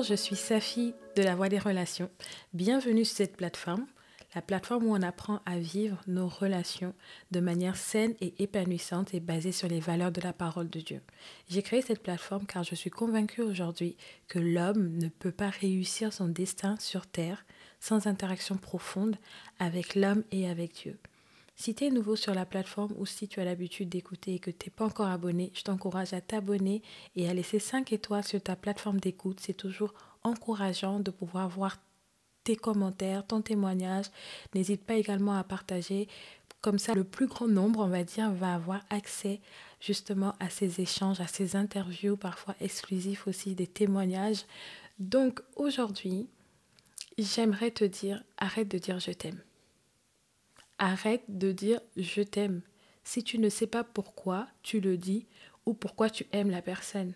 je suis Safi de La Voix des Relations. Bienvenue sur cette plateforme, la plateforme où on apprend à vivre nos relations de manière saine et épanouissante et basée sur les valeurs de la parole de Dieu. J'ai créé cette plateforme car je suis convaincue aujourd'hui que l'homme ne peut pas réussir son destin sur Terre sans interaction profonde avec l'homme et avec Dieu. Si tu es nouveau sur la plateforme ou si tu as l'habitude d'écouter et que tu n'es pas encore abonné, je t'encourage à t'abonner et à laisser 5 étoiles sur ta plateforme d'écoute. C'est toujours encourageant de pouvoir voir tes commentaires, ton témoignage. N'hésite pas également à partager. Comme ça, le plus grand nombre, on va dire, va avoir accès justement à ces échanges, à ces interviews, parfois exclusifs aussi, des témoignages. Donc aujourd'hui, j'aimerais te dire, arrête de dire je t'aime. Arrête de dire je t'aime. Si tu ne sais pas pourquoi tu le dis ou pourquoi tu aimes la personne.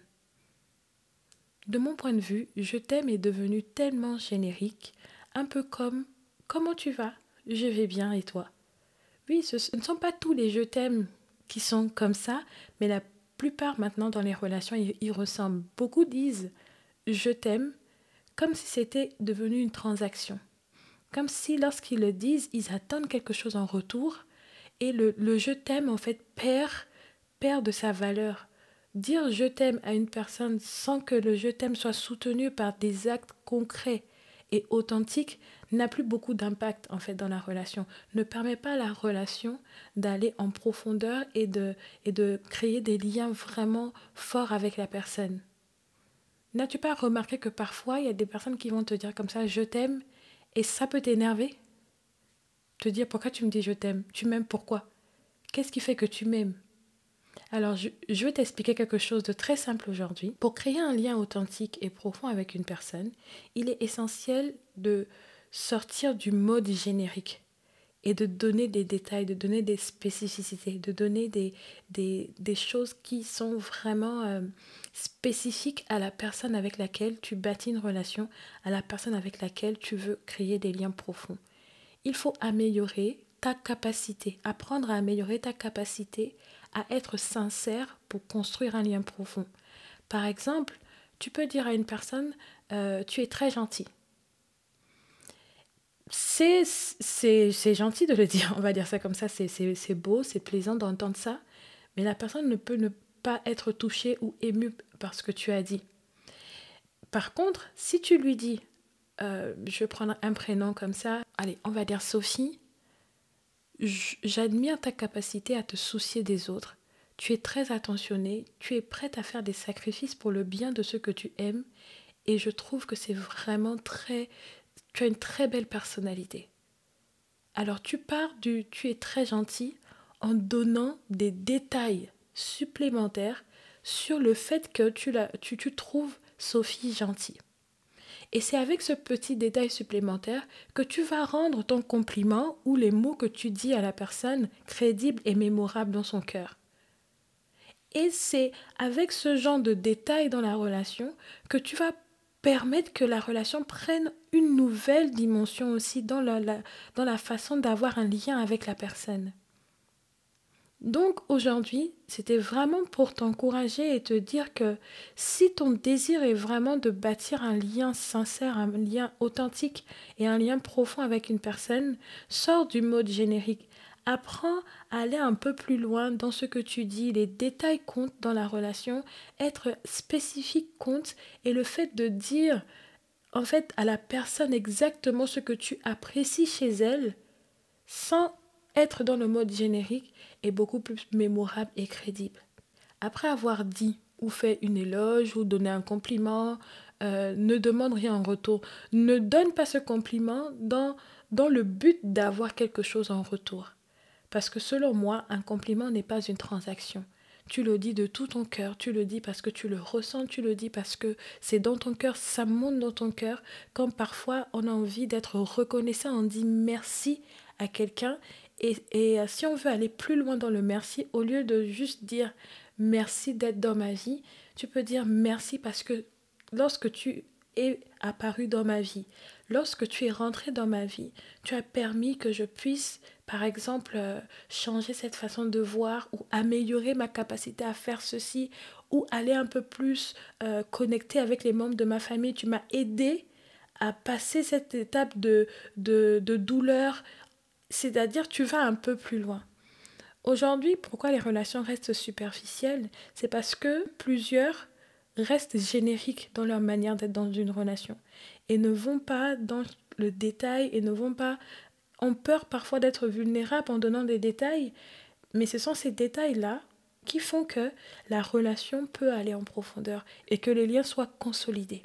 De mon point de vue, je t'aime est devenu tellement générique, un peu comme comment tu vas? Je vais bien et toi? Oui, ce ne sont pas tous les je t'aime qui sont comme ça, mais la plupart maintenant dans les relations, ils ressemblent. Beaucoup disent je t'aime comme si c'était devenu une transaction. Comme si lorsqu'ils le disent, ils attendent quelque chose en retour et le je t'aime en fait perd de sa valeur. Dire je t'aime à une personne sans que le je t'aime soit soutenu par des actes concrets et authentiques n'a plus beaucoup d'impact en fait dans la relation. Ne permet pas à la relation d'aller en profondeur et de créer des liens vraiment forts avec la personne. N'as-tu pas remarqué que parfois il y a des personnes qui vont te dire comme ça je t'aime et ça peut t'énerver? Te dire pourquoi tu me dis je t'aime? Tu m'aimes pourquoi? Qu'est-ce qui fait que tu m'aimes? Alors, je vais t'expliquer quelque chose de très simple aujourd'hui. Pour créer un lien authentique et profond avec une personne, il est essentiel de sortir du mode générique et de donner des détails, de donner des spécificités, de donner des choses qui sont vraiment spécifiques à la personne avec laquelle tu bâtis une relation, à la personne avec laquelle tu veux créer des liens profonds. Il faut améliorer ta capacité, apprendre à améliorer ta capacité à être sincère pour construire un lien profond. Par exemple, tu peux dire à une personne, tu es très gentil. C'est gentil de le dire, on va dire ça comme ça, c'est beau, c'est plaisant d'entendre ça, mais la personne ne peut ne pas être touchée ou émue par ce que tu as dit. Par contre, si tu lui dis, je vais prendre un prénom comme ça, allez, on va dire Sophie, j'admire ta capacité à te soucier des autres. Tu es très attentionnée, tu es prête à faire des sacrifices pour le bien de ceux que tu aimes et je trouve que c'est vraiment tu as une très belle personnalité. Alors tu pars du tu es très gentil en donnant des détails supplémentaires sur le fait que tu trouves Sophie gentille. Et c'est avec ce petit détail supplémentaire que tu vas rendre ton compliment ou les mots que tu dis à la personne crédibles et mémorables dans son cœur. Et c'est avec ce genre de détails dans la relation que tu vas permettre que la relation prenne une nouvelle dimension aussi dans la façon d'avoir un lien avec la personne. Donc aujourd'hui, c'était vraiment pour t'encourager et te dire que si ton désir est vraiment de bâtir un lien sincère, un lien authentique et un lien profond avec une personne, sors du mode générique. Apprends à aller un peu plus loin dans ce que tu dis. Les détails comptent dans la relation, être spécifique compte et le fait de dire en fait à la personne exactement ce que tu apprécies chez elle sans être dans le mode générique est beaucoup plus mémorable et crédible. Après avoir dit ou fait une éloge ou donné un compliment, ne demande rien en retour. Ne donne pas ce compliment dans le but d'avoir quelque chose en retour. Parce que selon moi, un compliment n'est pas une transaction. Tu le dis de tout ton cœur, tu le dis parce que tu le ressens, tu le dis parce que c'est dans ton cœur, ça monte dans ton cœur. Comme parfois on a envie d'être reconnaissant, on dit merci à quelqu'un. Et si on veut aller plus loin dans le merci, au lieu de juste dire merci d'être dans ma vie, tu peux dire merci parce que lorsque tu est apparu dans ma vie. Lorsque tu es rentré dans ma vie, tu as permis que je puisse, par exemple, changer cette façon de voir ou améliorer ma capacité à faire ceci ou aller un peu plus connecter avec les membres de ma famille. Tu m'as aidé à passer cette étape de douleur, c'est-à-dire tu vas un peu plus loin. Aujourd'hui, pourquoi les relations restent superficielles? C'est parce que plusieurs restent génériques dans leur manière d'être dans une relation et ne vont pas dans le détail et ne vont pas, ont peur parfois d'être vulnérables en donnant des détails, mais ce sont ces détails-là qui font que la relation peut aller en profondeur et que les liens soient consolidés.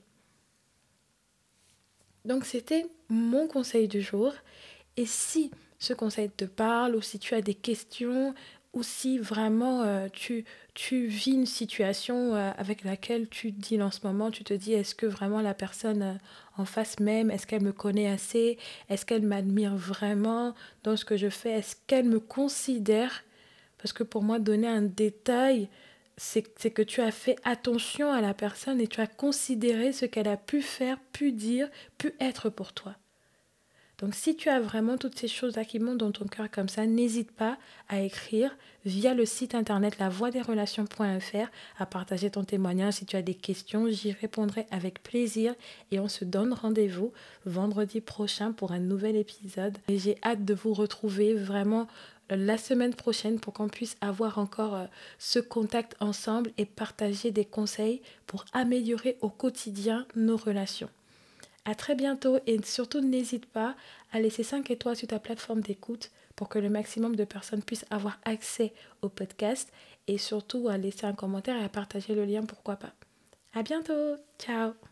Donc c'était mon conseil du jour. Et si ce conseil te parle, ou si tu as des questions, ou si vraiment tu vis une situation avec laquelle tu te dis en ce moment, tu te dis est-ce que vraiment la personne en face même, est-ce qu'elle me connaît assez, est-ce qu'elle m'admire vraiment dans ce que je fais, est-ce qu'elle me considère? Parce que pour moi, donner un détail, c'est que tu as fait attention à la personne et tu as considéré ce qu'elle a pu faire, pu dire, pu être pour toi. Donc si tu as vraiment toutes ces choses-là qui montent dans ton cœur comme ça, n'hésite pas à écrire via le site internet lavoidesrelations.fr, à partager ton témoignage. Si tu as des questions, j'y répondrai avec plaisir et on se donne rendez-vous vendredi prochain pour un nouvel épisode. Et j'ai hâte de vous retrouver vraiment la semaine prochaine pour qu'on puisse avoir encore ce contact ensemble et partager des conseils pour améliorer au quotidien nos relations. À très bientôt et surtout n'hésite pas à laisser 5 étoiles sur ta plateforme d'écoute pour que le maximum de personnes puissent avoir accès au podcast et surtout à laisser un commentaire et à partager le lien, pourquoi pas. À bientôt, ciao.